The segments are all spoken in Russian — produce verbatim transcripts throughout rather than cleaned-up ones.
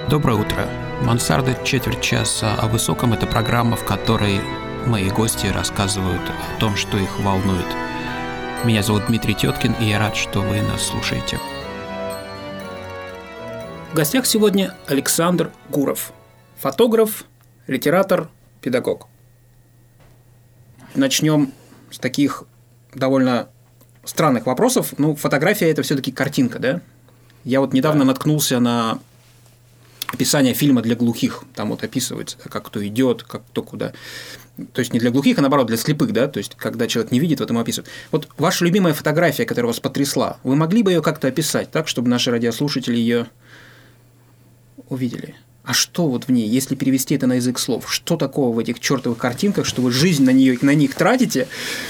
Доброе утро. «Мансарда. Четверть часа о высоком» – это программа, в которой мои гости рассказывают о том, что их волнует. Меня зовут Дмитрий Теткин, и я рад, что вы нас слушаете. В гостях сегодня Александр Гуров, фотограф, литератор, педагог. Начнем с таких довольно странных вопросов. Ну, фотография – это все-таки картинка, да? Я вот недавно да. наткнулся на описание фильма для глухих. Там вот описывается, как кто идет, как кто куда. То есть не для глухих, а наоборот для слепых, да? То есть когда человек не видит, вот ему описывают. Вот ваша любимая фотография, которая вас потрясла, вы могли бы ее как-то описать так, чтобы наши радиослушатели ее увидели? А что вот в ней, если перевести это на язык слов? Что такого в этих чертовых картинках, что вы жизнь на, нее, на них тратите?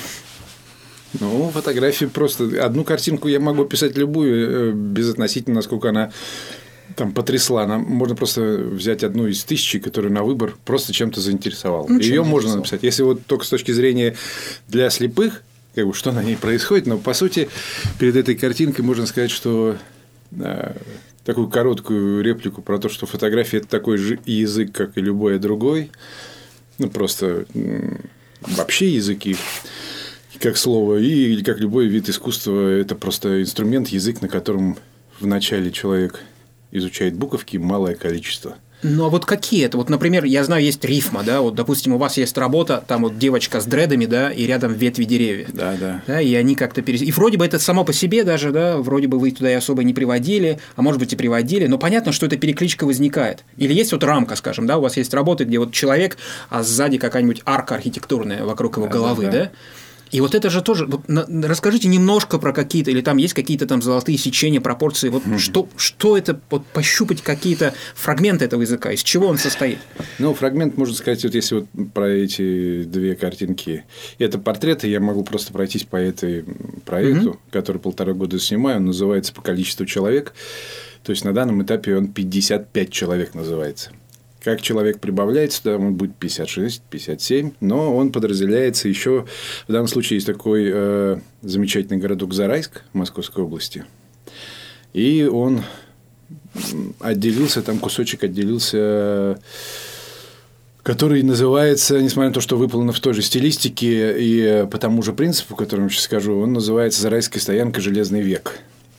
Ну, фотографии просто… Одну картинку я могу писать любую, безотносительно, насколько она там потрясла. Нам можно просто взять одну из тысячи, которую на выбор просто чем-то заинтересовала. Ну, ее можно написать. Если вот только с точки зрения для слепых, как бы, что на ней происходит, но по сути перед этой картинкой можно сказать, что да, такую короткую реплику про то, что фотография – это такой же язык, как и любой другой. Ну, просто вообще языки, как слово, и как любой вид искусства, это просто инструмент, язык, на котором вначале человек изучает буковки малое количество. Ну, а вот какие это? Вот, например, я знаю, есть рифма, да, вот, допустим, у вас есть работа, там вот девочка с дредами, да, и рядом ветви деревьев. Да, да. Да, и они как-то перес... И вроде бы это само по себе даже, да, вроде бы вы туда и особо не приводили, а может быть и приводили, но понятно, что эта перекличка возникает. Или есть вот рамка, скажем, да, у вас есть работы, где вот человек, а сзади какая-нибудь арка архитектурная вокруг его да, головы, да, да. да? И вот это же тоже… Вот, на, расскажите немножко про какие-то… Или там есть какие-то там золотые сечения, пропорции. Вот mm-hmm. что, что это… Вот пощупать какие-то фрагменты этого языка, из чего он состоит? Ну, фрагмент, можно сказать, вот если вот про эти две картинки… Это портреты, я могу просто пройтись по этой проекту, mm-hmm. который полтора года снимаю. Он называется «По количеству человек». То есть, на данном этапе он пятьдесят пять человек называется. Как человек прибавляется, да, он будет пятьдесят шесть, пятьдесят семь, но он подразделяется еще. В данном случае есть такой э, замечательный городок Зарайск в Московской области. И он отделился, там кусочек отделился, который называется, несмотря на то, что выполнено в той же стилистике и по тому же принципу, который я сейчас скажу, он называется «Зарайская стоянка. Железный век».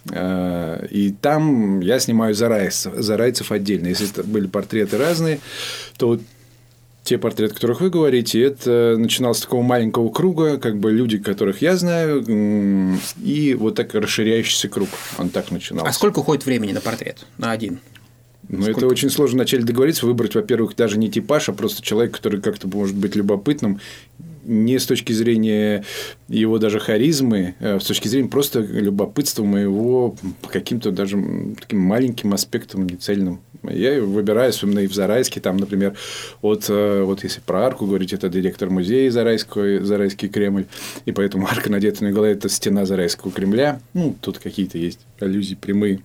И там я снимаю зарайцев, зарайцев отдельно. Если это были портреты разные, то вот те портреты, о которых вы говорите, это начиналось с такого маленького круга, как бы люди, которых я знаю, и вот так расширяющийся круг. Он так начинался. А сколько уходит времени на портрет? На один? Ну, сколько? Это очень сложно вначале договориться, выбрать, во-первых, даже не типаж, а просто человек, который как-то может быть любопытным, не с точки зрения его даже харизмы, а с точки зрения просто любопытства моего по каким-то даже таким маленьким аспектам нецельным. Я выбираю, особенно и в Зарайске, там, например, от, вот если про арку говорить, это директор музея Зарайской, Зарайский Кремль, и поэтому арка, надетая на голову, это стена Зарайского Кремля. Ну, тут какие-то есть аллюзии прямые.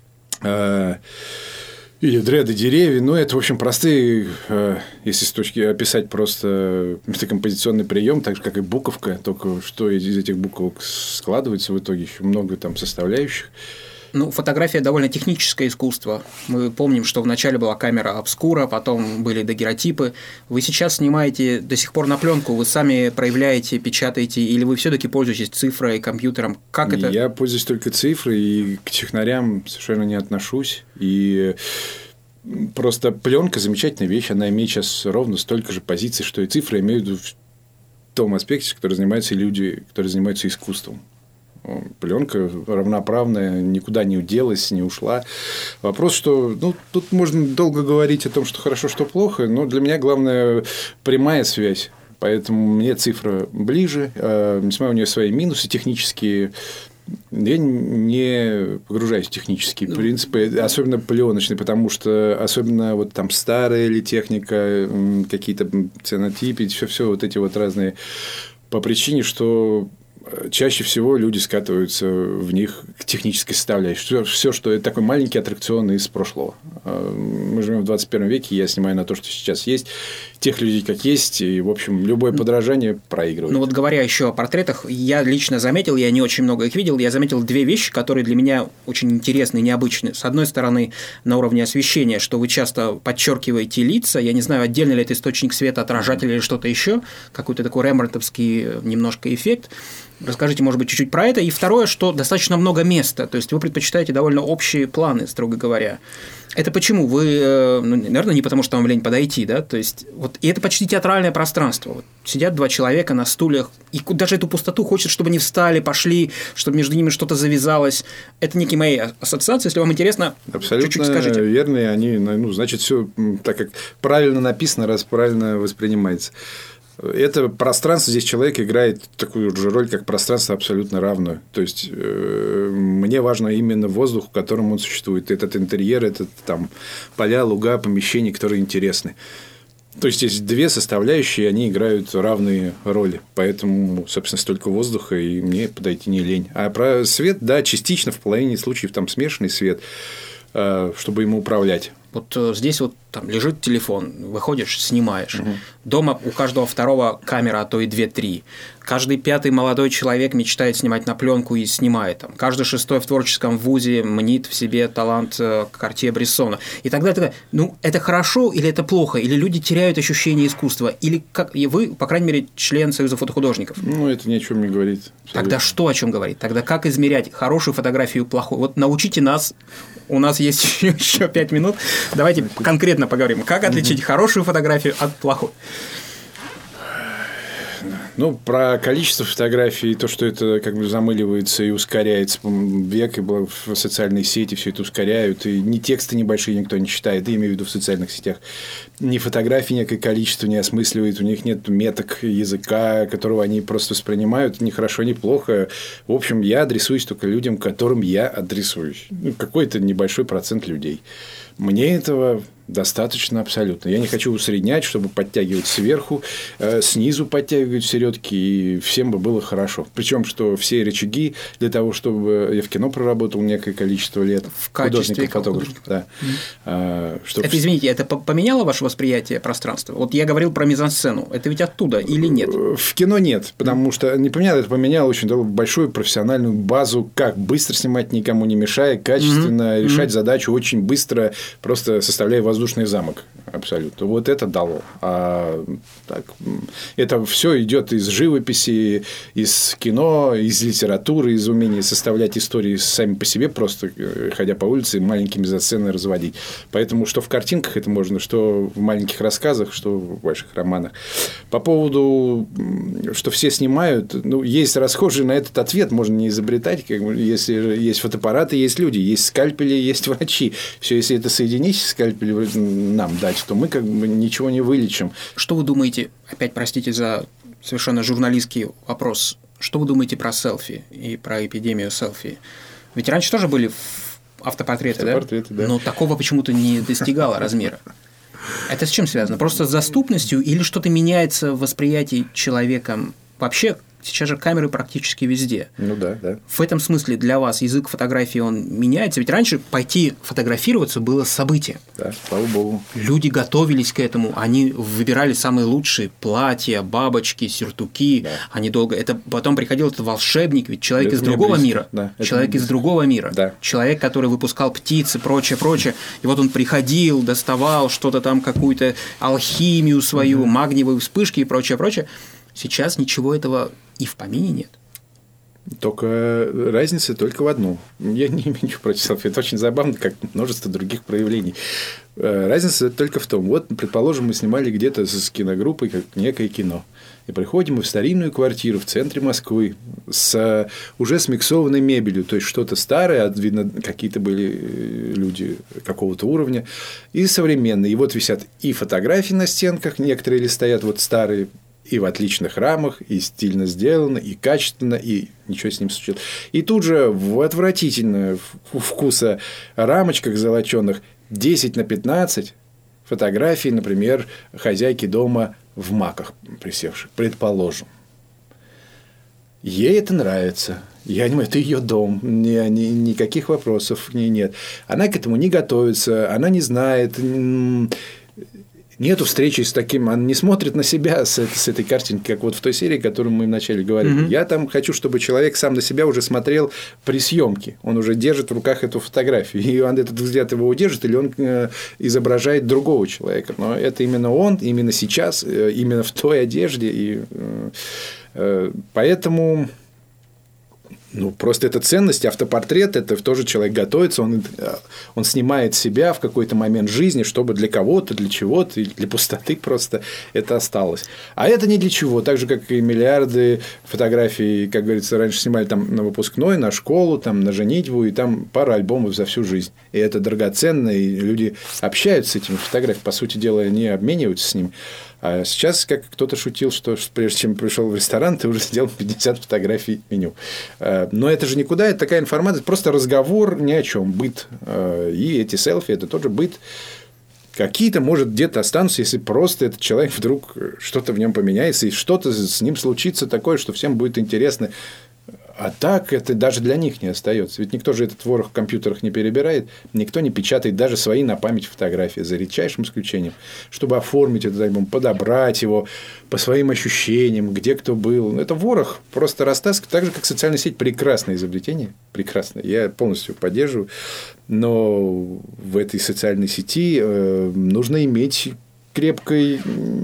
Или дреды, деревья. Ну, это, в общем, простые, если с точки описать просто композиционный прием, так же, как и буковка, только что из этих буквок складывается в итоге, еще много там составляющих. Ну, фотография довольно техническое искусство. Мы помним, что вначале была камера обскура, потом были дагеротипы. Вы сейчас снимаете до сих пор на пленку, вы сами проявляете, печатаете, или вы все-таки пользуетесь цифрой, компьютером? Как это? Я пользуюсь только цифрой, и к технарям совершенно не отношусь. И просто пленка замечательная вещь, она имеет сейчас ровно столько же позиций, что и цифры имеют в том аспекте, который занимаются люди, которые занимаются искусством. Пленка равноправная, никуда не уделась, не ушла. Вопрос, что ну, тут можно долго говорить о том, что хорошо, что плохо, но для меня главное прямая связь. Поэтому мне цифра ближе, несмотря у нее свои минусы технические. Я не погружаюсь в технические принципы, особенно пленочные, потому что особенно вот там старая ли техника, какие-то ценотипы, все, все вот эти вот разные по причине, что чаще всего люди скатываются в них к технической составляющей. Все, что это такой маленький аттракцион из прошлого. Мы живем в двадцать первом веке, я снимаю на то, что сейчас есть. тех людей, как есть, и, в общем, любое подражание проигрывает. Ну вот говоря еще о портретах, я лично заметил, я не очень много их видел, я заметил две вещи, которые для меня очень интересны и необычны. С одной стороны, на уровне освещения, что вы часто подчеркиваете лица, я не знаю, отдельно ли это источник света, отражатель или что-то еще, какой-то такой рембрандтовский немножко эффект. Расскажите, может быть, чуть-чуть про это. И второе, что достаточно много места, то есть вы предпочитаете довольно общие планы, строго говоря. Это почему? Вы, ну, наверное, не потому, что вам лень подойти, да? То есть, вот, и это почти театральное пространство. Вот, сидят два человека на стульях, и даже эту пустоту хочется, чтобы они встали, пошли, чтобы между ними что-то завязалось. Это некие мои ассоциации. Если вам интересно, абсолютно чуть-чуть скажите. Верные. Они, ну, значит, все так, как правильно написано, раз правильно воспринимается. Это пространство, здесь человек играет такую же роль, как пространство абсолютно равную. То есть, э, мне важно именно воздух, в котором он существует. Этот интерьер, этот там поля, луга, помещения, которые интересны. То есть, есть две составляющие, они играют равные роли. Поэтому, собственно, столько воздуха, и мне подойти не лень. А про свет, да, частично, в половине случаев там смешанный свет, э, чтобы ему управлять. Вот здесь вот там лежит телефон, выходишь, снимаешь. Угу. Дома у каждого второго камера, а то и две-три. Каждый пятый молодой человек мечтает снимать на пленку и снимает. Там. Каждый шестой в творческом вузе мнит в себе талант Картье-Брессона. И тогда это, ну, это хорошо или это плохо? Или люди теряют ощущение искусства? Или как и вы, по крайней мере, член Союза фотохудожников? Ну, это ни о чем не говорит. Абсолютно. Тогда что о чем говорит? Тогда как измерять хорошую фотографию и плохую? Вот научите нас. У нас есть еще пять минут. Давайте конкретно поговорим. Как отличить хорошую фотографию от плохой? Ну, про количество фотографий, то, что это как бы замыливается и ускоряется. Век и в социальные сети все это ускоряют. И ни тексты небольшие никто не читает, я имею в виду в социальных сетях. Ни фотографий некое количество не осмысливает. У них нет меток языка, которого они просто воспринимают ни хорошо, ни плохо. В общем, я адресуюсь только людям, которым я адресуюсь. Ну, какой-то небольшой процент людей. Мне этого достаточно абсолютно. Я не хочу усреднять, чтобы подтягивать сверху, э, снизу подтягивать середки, и всем бы было хорошо. Причем, что все рычаги для того, чтобы я в кино проработал некое количество лет, в качестве фотограф, да, mm. а, чтобы... Это, извините, это поменяло ваше восприятие пространства? Вот я говорил про мизансцену. Это ведь оттуда или нет? В кино нет, потому что не поменяло, это поменяло очень большую профессиональную базу, как быстро снимать, никому не мешая, качественно mm-hmm. решать mm-hmm. задачу очень быстро, просто составляя воздушный замок. Абсолютно. Вот это дало. А так, это все идет из живописи, из кино, из литературы, из умения составлять истории сами по себе, просто ходя по улице и маленькими мизансцены разводить. Поэтому что в картинках это можно, что в маленьких рассказах, что в больших романах. По поводу, что все снимают, ну, есть расхожий на этот ответ, можно не изобретать, как бы, если есть фотоаппараты, есть люди, есть скальпели, есть врачи. Все, если это соединить, скальпели нам дать, то мы как бы ничего не вылечим. Что вы думаете, опять простите за совершенно журналистский вопрос, что вы думаете про селфи и про эпидемию селфи? Ведь раньше тоже были автопортреты, автопортреты да? да? Но такого почему-то не достигало размера. Это с чем связано? Просто с доступностью или что-то меняется в восприятии человеком? Вообще, сейчас же камеры практически везде. Ну да, да. В этом смысле для вас язык фотографии, он меняется? Ведь раньше пойти фотографироваться было событие. Да, слава богу. Люди готовились к этому, они выбирали самые лучшие платья, бабочки, сюртуки. Да. Они долго. Это потом приходил этот волшебник, ведь человек это из другого близко. мира. Да, человек из другого мира. Да. Человек, который выпускал птицы, прочее, прочее. И вот он приходил, доставал что-то там, какую-то алхимию свою, mm-hmm. магниевые вспышки и прочее, прочее. Сейчас ничего этого и в помине нет. Только разница только в одном. Я не имею ничего против селфи. Это очень забавно, как множество других проявлений. Разница только в том. Вот, предположим, мы снимали где-то с киногруппой как некое кино. И приходим мы в старинную квартиру в центре Москвы с уже смиксованной мебелью. То есть, что-то старое, видно, какие-то были люди какого-то уровня, и современные. И вот висят и фотографии на стенках, некоторые или стоят вот старые, и в отличных рамах, и стильно сделано, и качественно, и ничего с ним случилось. И тут же в отвратительно вкуса рамочках золочёных десять на пятнадцать фотографий, например, хозяйки дома в маках присевших, предположим. Ей это нравится. Я не понимаю, это ее дом, ни, ни, никаких вопросов к ней нет. Она к этому не готовится, она не знает. нету встречи с таким, он не смотрит на себя с, с этой картинки, как вот в той серии, о которой мы вначале говорили. Mm-hmm. Я там хочу, чтобы человек сам на себя уже смотрел при съемке. Он уже держит в руках эту фотографию. И он, этот взгляд его удержит, или он э, изображает другого человека. Но это именно он, именно сейчас, э, именно в той одежде. И, э, э, поэтому... Ну, просто это ценность, автопортрет, это тоже человек готовится, он, он снимает себя в какой-то момент жизни, чтобы для кого-то, для чего-то, или для пустоты просто это осталось. А это не для чего, так же, как и миллиарды фотографий, как говорится, раньше снимали там на выпускной, на школу, там, на женитьбу, и там пара альбомов за всю жизнь. И это драгоценно, и люди общаются с этими фотографиями, по сути дела, не обмениваются с ними. А сейчас, как кто-то шутил, что прежде чем пришел в ресторан, ты уже сделал пятьдесят фотографий меню. Но это же никуда, это такая информация, просто разговор ни о чем, быт. И эти селфи – это тоже быт. Какие-то, может, где-то останутся, если просто этот человек вдруг что-то в нем поменяется, и что-то с ним случится такое, что всем будет интересно. А так это даже для них не остается. Ведь никто же этот ворох в компьютерах не перебирает, никто не печатает даже свои на память фотографии, за редчайшим исключением, чтобы оформить этот альбом, подобрать его по своим ощущениям, где кто был. Это ворох просто растаскивает, так же, как социальная сеть. Прекрасное изобретение, прекрасное. Я полностью поддерживаю. Но в этой социальной сети нужно иметь крепкой...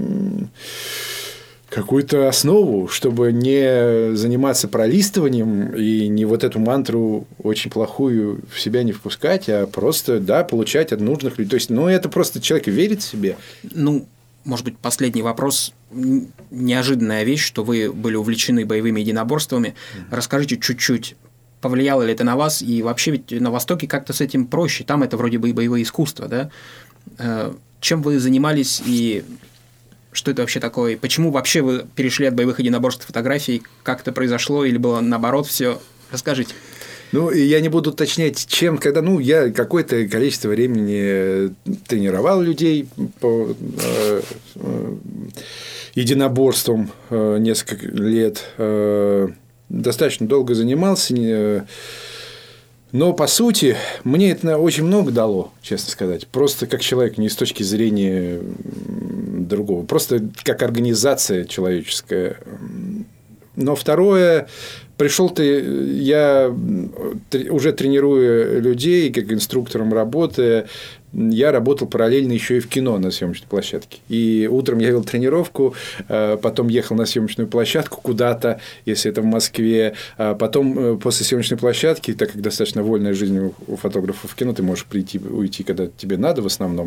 какую-то основу, чтобы не заниматься пролистыванием и не вот эту мантру очень плохую в себя не впускать, а просто, да, получать от нужных людей. То есть, ну, это просто человек верит в себе. Ну, может быть, последний вопрос. Неожиданная вещь, что вы были увлечены боевыми единоборствами. Mm-hmm. Расскажите чуть-чуть, повлияло ли это на вас? И вообще ведь на Востоке как-то с этим проще. Там это вроде бы и боевое искусство, да? Чем вы занимались и... Что это вообще такое? Почему вообще вы перешли от боевых единоборств к фотографии? Как это произошло? Или было наоборот все? Расскажите. Ну, я не буду уточнять, чем, когда, ну, я какое-то количество времени тренировал людей по э, э, единоборствам э, несколько лет. Э, достаточно долго занимался. Э, Но, по сути, мне это очень много дало, честно сказать. Просто как человек, не с точки зрения другого. Просто как организация человеческая. Но второе, пришел ты, я уже тренируя людей, как инструктором работая, я работал параллельно еще и в кино на съемочной площадке. И утром я вел тренировку, потом ехал на съемочную площадку куда-то, если это в Москве. Потом после съемочной площадки, так как достаточно вольная жизнь у фотографов в кино, ты можешь прийти, уйти, когда тебе надо в основном.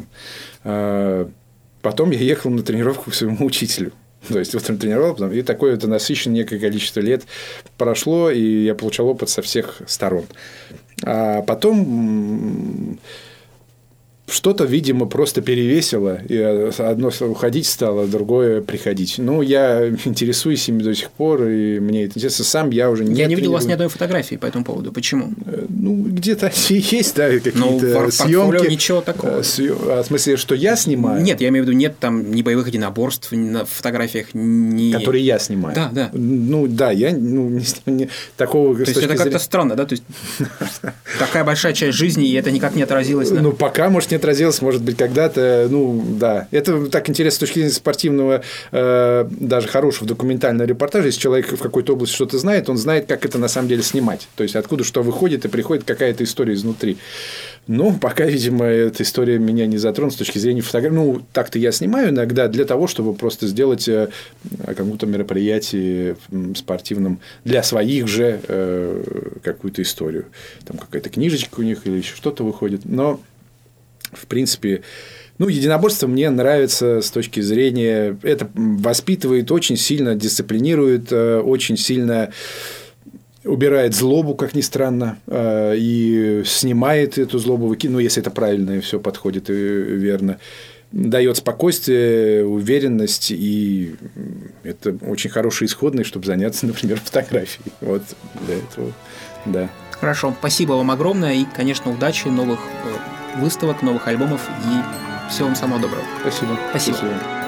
Потом я ехал на тренировку к своему учителю. То есть, утром тренировал, потом, и такое это насыщенное некое количество лет прошло, и я получал опыт со всех сторон. А потом что-то, видимо, просто перевесило, и одно уходить стало, другое приходить. Ну, я интересуюсь ими до сих пор, и мне это интересно. Сам я уже не Я не видел у вас ни одной фотографии по этому поводу. Почему? Ну, где-то есть, да, какие-то ну, съемки. Ничего такого. В смысле, что я снимаю? Нет, я имею в виду, нет там ни боевых единоборств ни на фотографиях, ни... Которые я снимаю. Да, да. Ну, да, я ну, не, не, такого... То есть, это как-то зрения... странно, да? То есть, такая большая часть жизни, и это никак не отразилось на... Ну, пока, может, не отразилось, может быть, когда-то, ну, да. Это так интересно с точки зрения спортивного, э, даже хорошего документального репортажа. Если человек в какой-то области что-то знает, он знает, как это на самом деле снимать. То есть, откуда что выходит, и приходит какая-то история изнутри. Ну, пока, видимо, эта история меня не затронула с точки зрения фотографии. Ну, так-то я снимаю иногда для того, чтобы просто сделать какое-то мероприятие спортивном для своих же э, какую-то историю. Там какая-то книжечка у них или еще что-то выходит. Но в принципе, ну, единоборство мне нравится с точки зрения... Это воспитывает, очень сильно дисциплинирует, очень сильно убирает злобу, как ни странно, и снимает эту злобу, ну, если это правильно и все подходит и верно. Дает спокойствие, уверенность, и это очень хороший исходный, чтобы заняться, например, фотографией. Вот для этого, да. Хорошо, спасибо вам огромное, и, конечно, удачи, новых выставок, новых альбомов, и всего вам самого доброго. Спасибо. Спасибо. Спасибо.